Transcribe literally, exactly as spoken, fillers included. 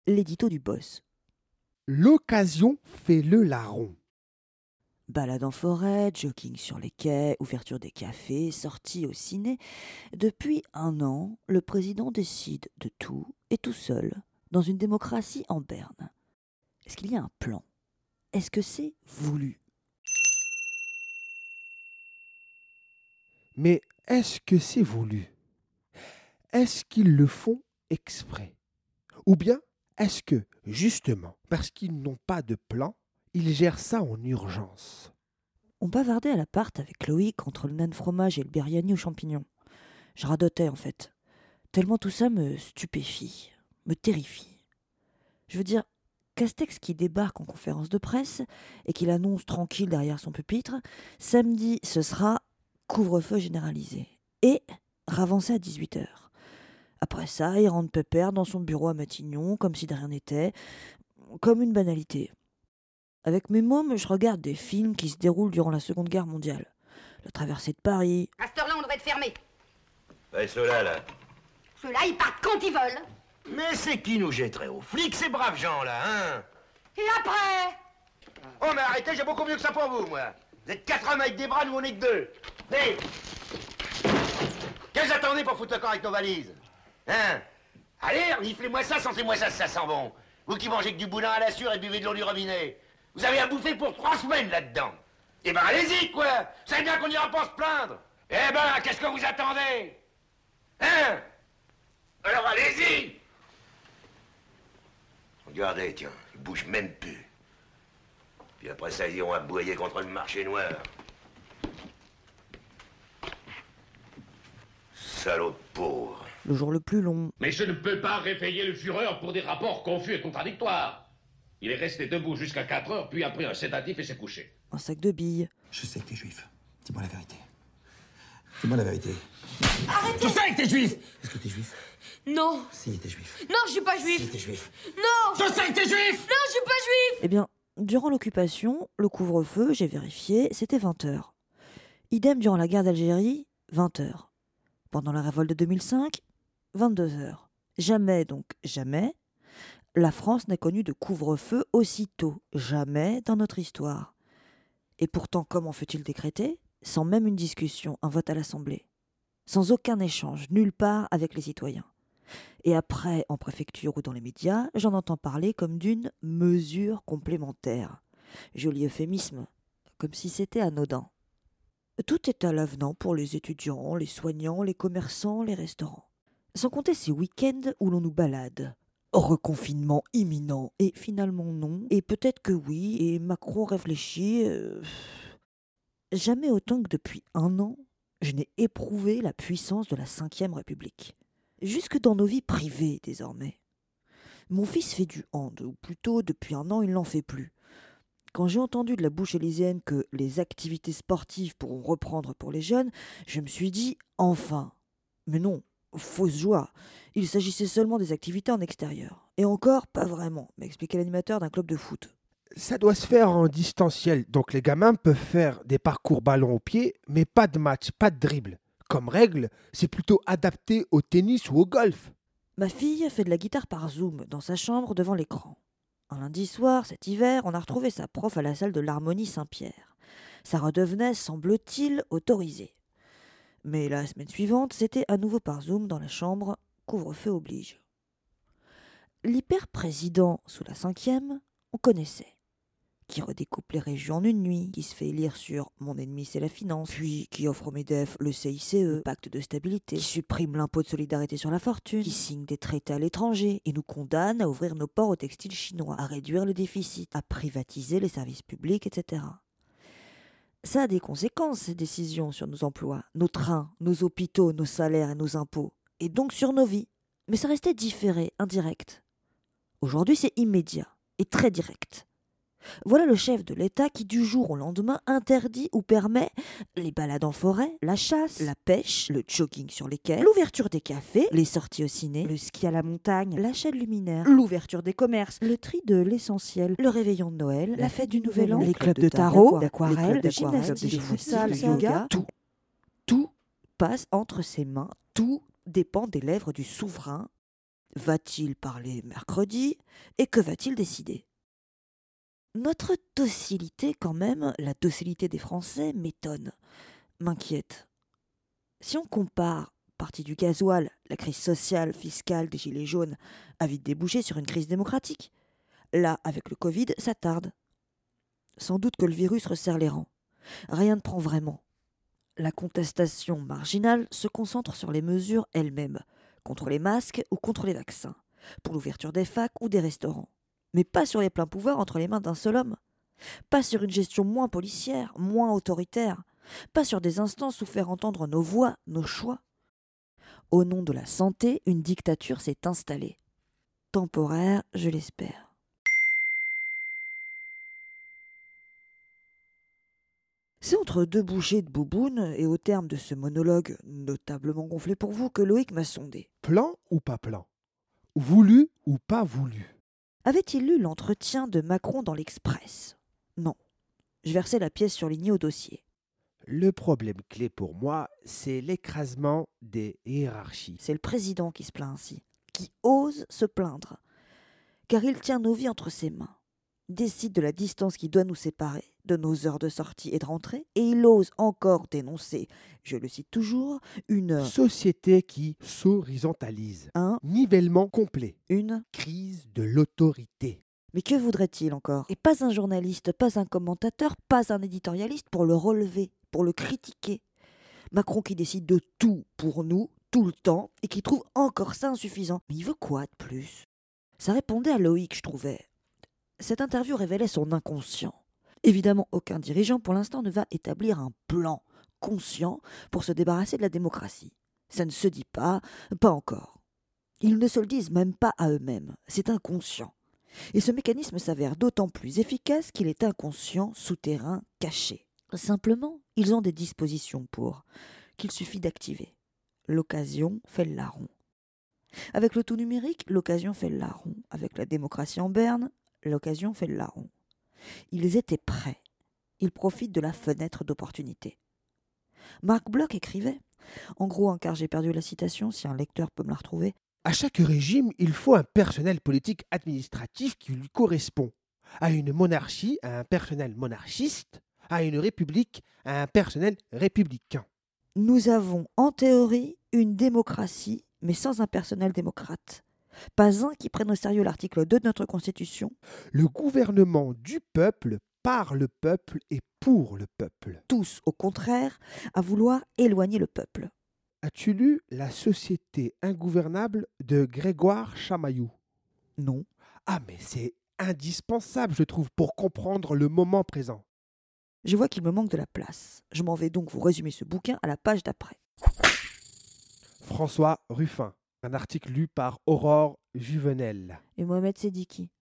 l'édito du boss. L'occasion fait le larron. Balade en forêt, jogging sur les quais, ouverture des cafés, sortie au ciné. Depuis un an, le président décide de tout et tout seul, dans une démocratie en berne. Est-ce qu'il y a un plan ? Est-ce que c'est voulu ? Mais est-ce que c'est voulu ? Est-ce qu'ils le font exprès ? Ou bien est-ce que, justement, parce qu'ils n'ont pas de plan, ils gèrent ça en urgence ? On bavardait à l'appart avec Loïc entre le nain fromage et le biryani aux champignons. Je radotais en fait, tellement tout ça me stupéfie, me terrifie. Je veux dire, Castex qui débarque en conférence de presse et qui l'annonce tranquille derrière son pupitre, samedi ce sera couvre-feu généralisé et ravancé à dix-huit heures. Après ça, il rentre pépère dans son bureau à Matignon, comme si de rien n'était, comme une banalité. Avec mes mômes, je regarde des films qui se déroulent durant la Seconde Guerre mondiale. La traversée de Paris. À cette heure-là, on devrait être fermé. Ouais, ceux-là, là. Ceux-là, ils partent quand ils veulent. Mais c'est qui nous jetterait aux flics, ces braves gens-là, hein? Et après? Oh, mais arrêtez, j'ai beaucoup mieux que ça pour vous, moi. Vous êtes quatre hommes avec des bras, nous on est que deux. Hé! Qu'est-ce que vous attendez pour foutre le camp avec nos valises? Hein? Allez, reniflez-moi ça, sentez-moi ça, ça sent bon. Vous qui mangez que du boudin à la sûre et buvez de l'eau du robinet. Vous avez à bouffer pour trois semaines là-dedans. Eh ben, allez-y, quoi. Vous savez bien qu'on n'ira pas se plaindre. Eh ben, qu'est-ce que vous attendez? Hein? Alors, allez-y. Regardez, tiens, ils bougent même plus. Puis après ça, ils iront aboyer contre le marché noir. Salaud de pauvre. Le jour le plus long. Mais je ne peux pas réveiller le Führer pour des rapports confus et contradictoires. Il est resté debout jusqu'à quatre heures, puis a pris un sédatif et s'est couché. Un sac de billes. Je sais que t'es juif. Dis-moi la vérité. Dis-moi la vérité. Arrêtez! Je sais que t'es juif! Est-ce que t'es juif? Non! Si, t'es juif. Non, je suis pas juif! Si, t'es juif. Non! Je sais que t'es juif! Non, je suis pas juif! Eh bien, durant l'occupation, le couvre-feu, j'ai vérifié, c'était vingt heures. Idem durant la guerre d'Algérie, vingt heures. Pendant la révolte de deux mille cinq, vingt-deux heures. Jamais, donc jamais, la France n'a connu de couvre-feu aussitôt. Jamais dans notre histoire. Et pourtant, comment fut-il décrété ? Sans même une discussion, un vote à l'Assemblée. Sans aucun échange, nulle part avec les citoyens. Et après, en préfecture ou dans les médias, j'en entends parler comme d'une mesure complémentaire. Joli euphémisme, comme si c'était anodin. Tout est à l'avenant pour les étudiants, les soignants, les commerçants, les restaurants. Sans compter ces week-ends où l'on nous balade. Reconfinement imminent, et finalement non, et peut-être que oui, et Macron réfléchit... Euh... Jamais autant que depuis un an, je n'ai éprouvé la puissance de la cinquième République. Jusque dans nos vies privées, désormais. Mon fils fait du hand, ou plutôt, depuis un an, il n'en fait plus. Quand j'ai entendu de la bouche élyséenne que les activités sportives pourront reprendre pour les jeunes, je me suis dit « enfin ». Mais non, fausse joie. Il s'agissait seulement des activités en extérieur. Et encore, pas vraiment, m'expliquait l'animateur d'un club de foot. Ça doit se faire en distanciel, donc les gamins peuvent faire des parcours ballon au pied, mais pas de match, pas de dribble. Comme règle, c'est plutôt adapté au tennis ou au golf. Ma fille fait de la guitare par Zoom dans sa chambre devant l'écran. Un lundi soir, cet hiver, on a retrouvé sa prof à la salle de l'Harmonie Saint-Pierre. Ça redevenait, semble-t-il, autorisé. Mais la semaine suivante, c'était à nouveau par Zoom dans la chambre, couvre-feu oblige. L'hyper-président sous la cinquième, on connaissait. Qui redécoupe les régions en une nuit, qui se fait élire sur « Mon ennemi, c'est la finance », puis qui offre au MEDEF le C I C E, le pacte de stabilité, qui supprime l'impôt de solidarité sur la fortune, qui signe des traités à l'étranger et nous condamne à ouvrir nos ports aux textiles chinois, à réduire le déficit, à privatiser les services publics, et cetera. Ça a des conséquences, ces décisions, sur nos emplois, nos trains, nos hôpitaux, nos salaires et nos impôts, et donc sur nos vies. Mais ça restait différé, indirect. Aujourd'hui, c'est immédiat et très direct. Voilà le chef de l'État qui, du jour au lendemain, interdit ou permet les balades en forêt, la chasse, la pêche, le jogging sur les quais, l'ouverture des cafés, les sorties au ciné, le ski à la montagne, l'achat de luminaires, l'ouverture des commerces, le tri de l'essentiel, le réveillon de Noël, la fête du Nouvel An, les clubs de tarot, d'aquarelle, de gymnastique, de futsal, de yoga, tout. Tout passe entre ses mains, tout dépend des lèvres du souverain. Va-t-il parler mercredi? Et que va-t-il décider? Notre docilité, quand même, la docilité des Français, m'étonne, m'inquiète. Si on compare partie du gasoil, la crise sociale, fiscale des Gilets jaunes a vite débouché sur une crise démocratique. Là, avec le Covid, ça tarde. Sans doute que le virus resserre les rangs. Rien ne prend vraiment. La contestation marginale se concentre sur les mesures elles-mêmes, contre les masques ou contre les vaccins, pour l'ouverture des facs ou des restaurants. Mais pas sur les pleins pouvoirs entre les mains d'un seul homme. Pas sur une gestion moins policière, moins autoritaire. Pas sur des instances où faire entendre nos voix, nos choix. Au nom de la santé, une dictature s'est installée. Temporaire, je l'espère. C'est entre deux bouchées de bouboune et au terme de ce monologue notablement gonflé pour vous que Loïc m'a sondé. Plan ou pas plan? Voulu ou pas voulu? Avait-il lu l'entretien de Macron dans l'Express? Non. Je versais la pièce surlignée au dossier. Le problème clé pour moi, c'est l'écrasement des hiérarchies. C'est le président qui se plaint ainsi, qui ose se plaindre, car il tient nos vies entre ses mains, décide de la distance qui doit nous séparer, de nos heures de sortie et de rentrée, et il ose encore dénoncer, je le cite toujours, une société qui s'horizontalise. un, Nivellement complet. une. Crise de l'autorité. Mais que voudrait-il encore? Et pas un journaliste, pas un commentateur, pas un éditorialiste pour le relever, pour le critiquer. Macron qui décide de tout pour nous, tout le temps, et qui trouve encore ça insuffisant. Mais il veut quoi de plus? Ça répondait à Loïc, je trouvais. Cette interview révélait son inconscient. Évidemment, aucun dirigeant pour l'instant ne va établir un plan conscient pour se débarrasser de la démocratie. Ça ne se dit pas, pas encore. Ils ne se le disent même pas à eux-mêmes, c'est inconscient. Et ce mécanisme s'avère d'autant plus efficace qu'il est inconscient, souterrain, caché. Simplement, ils ont des dispositions pour, qu'il suffit d'activer. L'occasion fait le larron. Avec le tout numérique, l'occasion fait le larron. Avec la démocratie en berne, l'occasion fait le larron. Ils étaient prêts. Ils profitent de la fenêtre d'opportunité. Marc Bloch écrivait, en gros, hein, car j'ai perdu la citation, si un lecteur peut me la retrouver. À chaque régime, il faut un personnel politique administratif qui lui correspond. À une monarchie, un personnel monarchiste. À une république, un personnel républicain. Nous avons, en théorie, une démocratie, mais sans un personnel démocrate. Pas un qui prenne au sérieux l'article deux de notre Constitution. Le gouvernement du peuple, par le peuple et pour le peuple. Tous, au contraire, à vouloir éloigner le peuple. As-tu lu La société ingouvernable de Grégoire Chamaillou? Non. Ah mais c'est indispensable, je trouve, pour comprendre le moment présent. Je vois qu'il me manque de la place. Je m'en vais donc vous résumer ce bouquin à la page d'après. François Ruffin, un article lu par Aurore Juvenel. Et Mohamed Sediki.